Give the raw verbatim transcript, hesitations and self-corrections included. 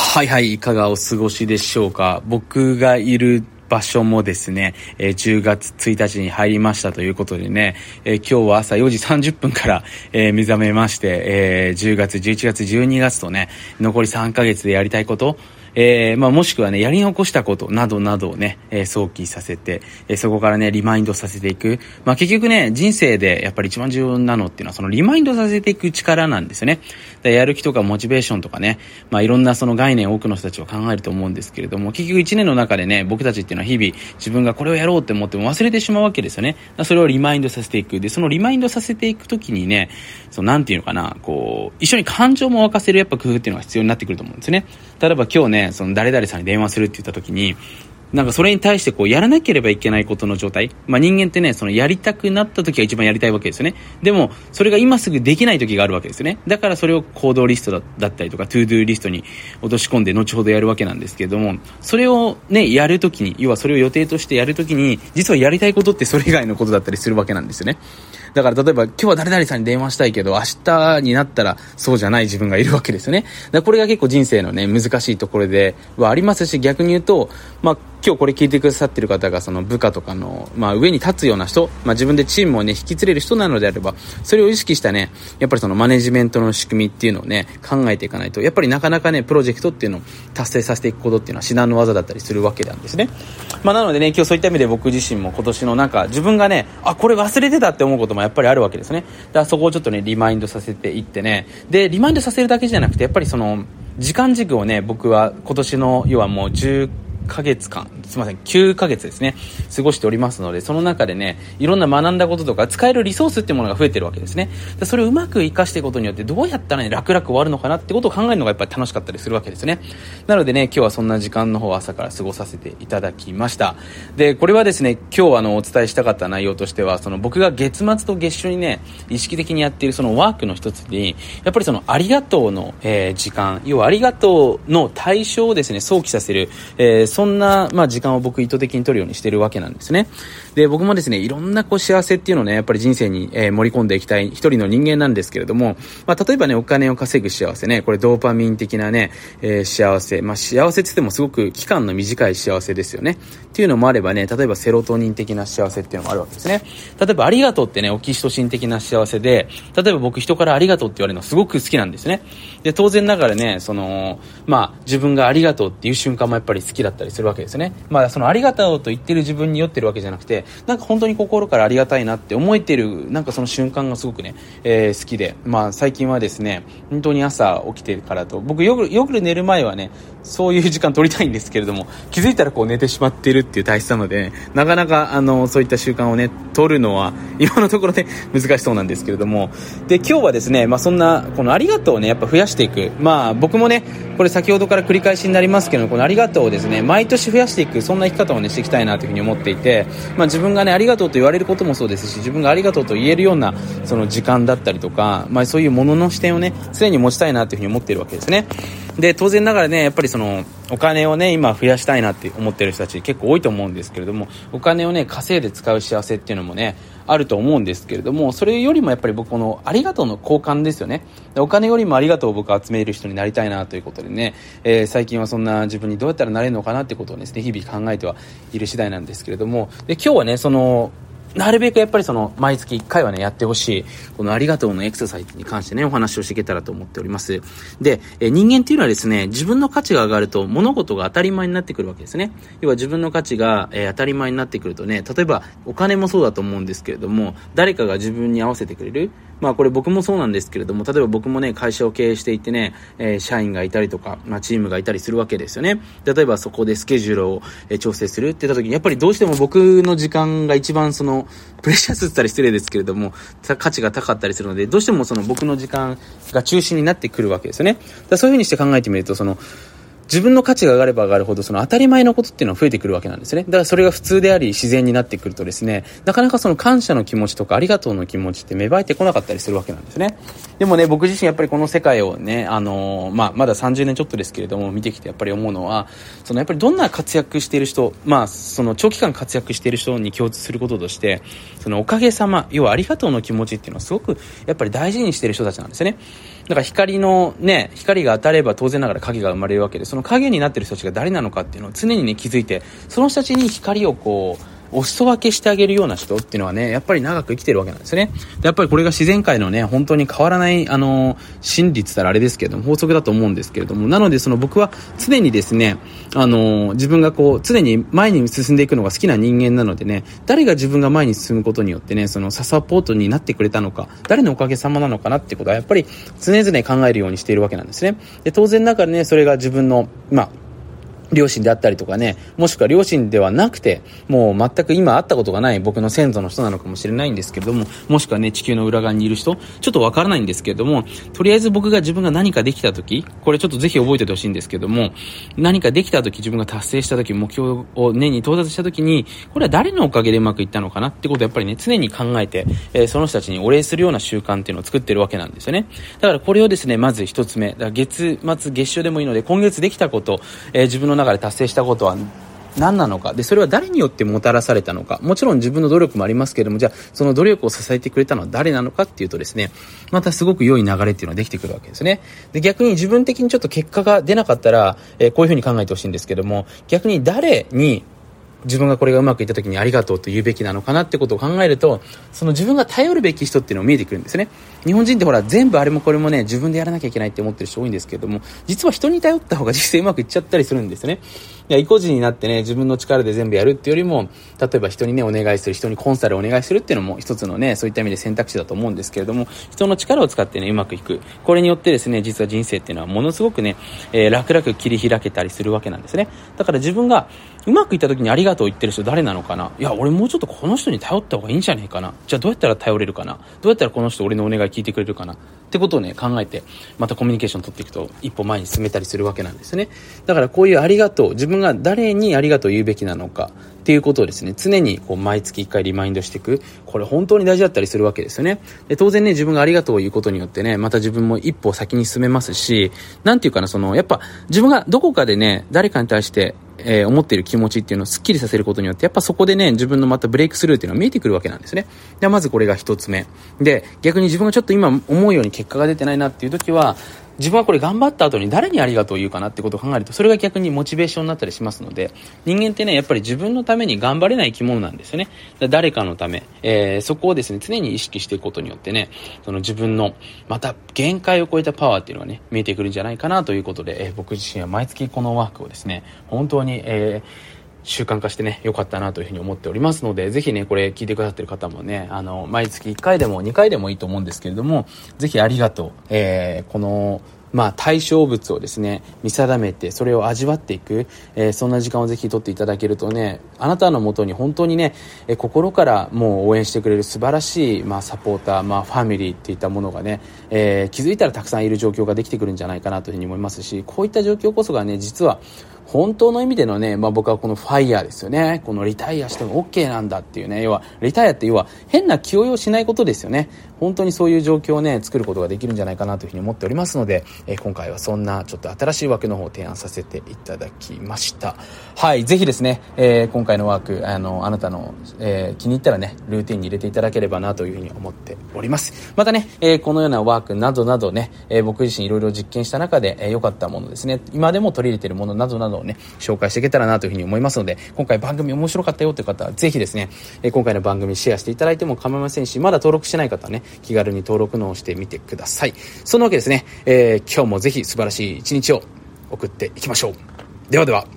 はいはい、いかがお過ごしでしょうか。僕がいる場所もですね、えー、じゅうがつついたちに入りましたということでね、えー、今日は朝よじさんじゅっぷんから、えー、目覚めまして、えー、じゅうがつ、じゅういちがつ、じゅうにがつとね、残りさんかげつでやりたいこと、えー、まあもしくはね、やり残したことなどなどをね、えー、想起させて、えー、そこからね、リマインドさせていく。まあ結局ね、人生でやっぱり一番重要なのっていうのはそのリマインドさせていく力なんですよね。でやる気とかモチベーションとかね、まあいろんなその概念を多くの人たちは考えると思うんですけれども、結局一年の中でね、僕たちっていうのは日々自分がこれをやろうって思っても忘れてしまうわけですよね。それをリマインドさせていく。で、そのリマインドさせていくときにね、そのなんていうのかな、こう、一緒に感情も沸かせるやっぱ工夫っていうのが必要になってくると思うんですね。例えば今日ね、その誰々さんに電話するって言った時に、なんかそれに対してこうやらなければいけないことの状態、まあ人間ってね、そのやりたくなった時が一番やりたいわけですよね。でもそれが今すぐできない時があるわけですよね。だからそれを行動リスト だ, だったりとかトゥードゥーリストに落とし込んで後ほどやるわけなんですけれども、それをねやる時に、要はそれを予定としてやる時に、実はやりたいことってそれ以外のことだったりするわけなんですよね。だから例えば今日は誰々さんに電話したいけど明日になったらそうじゃない自分がいるわけですよね。だからこれが結構人生のね難しいところではありますし、逆に言うと、まあ今日これ聞いてくださってる方がその部下とかの、まあ、上に立つような人、まあ、自分でチームをね引き連れる人なのであれば、それを意識したねやっぱりそのマネジメントの仕組みっていうのをね考えていかないと、やっぱりなかなかねプロジェクトっていうのを達成させていくことっていうのは至難の技だったりするわけなんですね。まあ、なのでね、今日そういった意味で僕自身も今年のなんか自分がねあこれ忘れてたって思うこともやっぱりあるわけですね。だからそこをちょっとねリマインドさせていってね、でリマインドさせるだけじゃなくて、やっぱりその時間軸をね僕は今年の要はもうじゅっかげつかん、すみませんきゅうかげつですね過ごしておりますので、その中でねいろんな学んだこととか使えるリソースっていうものが増えてるわけですね。でそれをうまく活かしていくことによってどうやったらね楽々終わるのかなってことを考えるのがやっぱり楽しかったりするわけですね。なのでね今日はそんな時間の方を朝から過ごさせていただきました。でこれはですね今日あのお伝えしたかった内容としては、その僕が月末と月初にね意識的にやっているそのワークの一つに、やっぱりそのありがとうの、えー、時間、要はありがとうの対象をですね想起させる、えー、そんな、まあ、時間を僕意図的に取るようにしているわけなんですね。で僕もですねいろんなこう幸せっていうのをねやっぱり人生に、えー、盛り込んでいきたい一人の人間なんですけれども、まあ、例えばねお金を稼ぐ幸せね、これドーパミン的なね、えー、幸せ、まあ、幸せって言ってもすごく期間の短い幸せですよねっていうのもあればね、例えばセロトニン的な幸せっていうのもあるわけですね。例えばありがとうってねオキシトシン的な幸せで、例えば僕人からありがとうって言われるのすごく好きなんですね。で当然ながらねそのまあ自分がありがとうっていう瞬間もやっぱり好きだったりするわけですね。まあそのありがとうと言ってる自分に酔ってるわけじゃなくて、なんか本当に心からありがたいなって思えてるなんかその瞬間がすごくね、えー、好きで、まあ最近はですね本当に朝起きてからと、僕夜夜寝る前はねそういう時間取りたいんですけれども、気づいたらこう寝てしまっているっていう体質なので、ね、なかなかあのそういった習慣をね取るのは今のところね難しそうなんですけれども、で今日はですね、まあ、そんなこのありがとうをねやっぱ増やしていく、まあ僕もねこれ先ほどから繰り返しになりますけど、このありがとうをですね毎年増やしていく、そんな生き方をねしていきたいなというふうに思っていて、まあ、自分がねありがとうと言われることもそうですし、自分がありがとうと言えるようなその時間だったりとか、まあ、そういうものの視点をね常に持ちたいなというふうに思っているわけですね。で当然ながらねやっぱりそのお金をね今増やしたいなって思っている人たち結構多いと思うんですけれども、お金をね稼いで使う幸せっていうのもねあると思うんですけれども、それよりもやっぱり僕このありがとうの交換ですよね。でお金よりもありがとうを僕は集める人になりたいなということでね、えー、最近はそんな自分にどうやったらなれるのかなってことをですね日々考えてはいる次第なんですけれども、で今日はねそのなるべくやっぱりその毎月いっかいはねやってほしいこのありがとうのエクササイズに関してねお話をしていけたらと思っております。でえ人間っていうのはですね自分の価値が上がると物事が当たり前になってくるわけですね。要は自分の価値が、えー、当たり前になってくるとね、例えばお金もそうだと思うんですけれども、誰かが自分に合わせてくれる、まあこれ僕もそうなんですけれども、例えば僕もね会社を経営していてね、えー、社員がいたりとか、まあ、チームがいたりするわけですよね。例えばそこでスケジュールを、えー、調整するって言った時にやっぱりどうしても僕の時間が一番そのプレッシャスって言ったら失礼ですけれども価値が高かったりするので、どうしてもその僕の時間が中心になってくるわけですよね。だからそういう風にして考えてみると、その自分の価値が上がれば上がるほどその当たり前のことっていうのは増えてくるわけなんですね。だからそれが普通であり自然になってくるとですね、なかなかその感謝の気持ちとかありがとうの気持ちって芽生えてこなかったりするわけなんですね。でもね僕自身やっぱりこの世界をね、あのー、まあまださんじゅうねんちょっとですけれども見てきてやっぱり思うのは、そのやっぱりどんな活躍している人、まあその長期間活躍している人に共通することとして、そのおかげさま、要はありがとうの気持ちっていうのはすごくやっぱり大事にしている人たちなんですね。 だから光のね、光が当たれば当然ながら影が生まれるわけで、その影になってる人たちが誰なのかっていうのを常にね気づいて、その人たちに光をこうお裾分けしてあげるような人っていうのはね、やっぱり長く生きてるわけなんですね。でやっぱりこれが自然界のね、本当に変わらない、あのー、真理って言ったらあれですけれども、法則だと思うんですけれども、なのでその僕は常にですね、あのー、自分がこう、常に前に進んでいくのが好きな人間なのでね、誰が自分が前に進むことによってね、そのサポートになってくれたのか、誰のおかげさまなのかなってことはやっぱり常々考えるようにしているわけなんですね。で、当然ながらね、それが自分の、まあ、両親であったりとかね、もしくは両親ではなくて、もう全く今会ったことがない僕の先祖の人なのかもしれないんですけれども、もしくはね、地球の裏側にいる人、ちょっとわからないんですけれども、とりあえず僕が自分が何かできた時、これちょっとぜひ覚えておいてほしいんですけども、何かできた時、自分が達成した時、目標を年に到達した時に、これは誰のおかげでうまくいったのかなってことをやっぱりね、常に考えて、えー、その人たちにお礼するような習慣っていうのを作ってるわけなんですよね。だからこれをですね、まず一つ目、だから月末、月初でもいいので、今月できたこと、えー、自分の中で達成したこととは何なのかで、それは誰によってもたらされたのか、もちろん自分の努力もありますけれども、じゃあその努力を支えてくれたのは誰なのかっていうとですね、またすごく良い流れっていうのができてくるわけですね。で、逆に自分的にちょっと結果が出なかったら、えー、こういうふうに考えてほしいんですけども、逆に誰に自分がこれがうまくいった時にありがとうと言うべきなのかなってことを考えると、その自分が頼るべき人っていうのが見えてくるんですね。日本人ってほら全部あれもこれもね自分でやらなきゃいけないって思ってる人多いんですけれども、実は人に頼った方が実際うまくいっちゃったりするんですね。いや、意固地になってね自分の力で全部やるっていうよりも、例えば人にねお願いする、人にコンサルをお願いするっていうのも一つのねそういった意味で選択肢だと思うんですけれども、人の力を使ってねうまくいく、これによってですね実は人生っていうのはものすごくね、えー、楽々切り開けたりするわけなんですね。だから自分がうまくいった時にありがとう言ってる人誰なのかな、いや俺もうちょっとこの人に頼った方がいいんじゃねえかな、じゃあどうやったら頼れるかな、どうやったらこの人俺のお願い聞いてくれるかなってことをね考えて、またコミュニケーション取っていくと一歩前に進めたりするわけなんですね。だからこういうありがとう、自分が誰にありがとう言うべきなのかっていうことをですね常にこう毎月いっかいリマインドしていく、これ本当に大事だったりするわけですよね。で当然ね自分がありがとうを言うことによってねまた自分も一歩先に進めますし、なんていうかな、そのやっぱ自分がどこかでね誰かに対してえー、思っている気持ちっていうのをスッキリさせることによってやっぱそこでね自分のまたブレイクスルーっていうのが見えてくるわけなんですね。でまずこれが一つ目で、逆に自分がちょっと今思うように結果が出てないなっていう時は、自分はこれ頑張った後に誰にありがとうを言うかなってことを考えると、それが逆にモチベーションになったりしますので、人間ってねやっぱり自分のために頑張れない生き物なんですよね。だ誰かのため、えー、そこをですね常に意識していくことによってね、その自分のまた限界を超えたパワーっていうのがね見えてくるんじゃないかなということで、えー、僕自身は毎月このワークをですね本当に、えー習慣化してね良かったなというふうに思っておりますので、ぜひねこれ聞いてくださってる方もね、あの毎月いっかいでもにかいでもいいと思うんですけれども、ぜひありがとう、えー、このまあ対象物をですね見定めてそれを味わっていく、えー、そんな時間をぜひ取っていただけるとね、あなたのもとに本当にね、えー、心からもう応援してくれる素晴らしい、まあ、サポーター、まあ、ファミリーっていったものがね、えー、気づいたらたくさんいる状況ができてくるんじゃないかなというふうに思いますし、こういった状況こそがね実は本当の意味でのね、まあ僕はこのファイヤーですよね。このリタイアしても OK なんだっていうね、要はリタイアって要は変な気負いをしないことですよね。本当にそういう状況をね作ることができるんじゃないかなというふうに思っておりますので、えー、今回はそんなちょっと新しい枠の方を提案させていただきました。はい、ぜひですね、えー、今回のワークあのあなたの、えー、気に入ったらねルーティンに入れていただければなというふうに思っております。またね、えー、このようなワークなどなどね、えー、僕自身いろいろ実験した中で良、えー、かったものですね、今でも取り入れているものなどなどをね紹介していけたらなというふうに思いますので、今回番組面白かったよという方はぜひですね、えー、今回の番組シェアしていただいても構いませんし、まだ登録してない方はね気軽に登録のをしてみてください。そんなわけですね、えー、今日もぜひ素晴らしい一日を送っていきましょう。ではでは。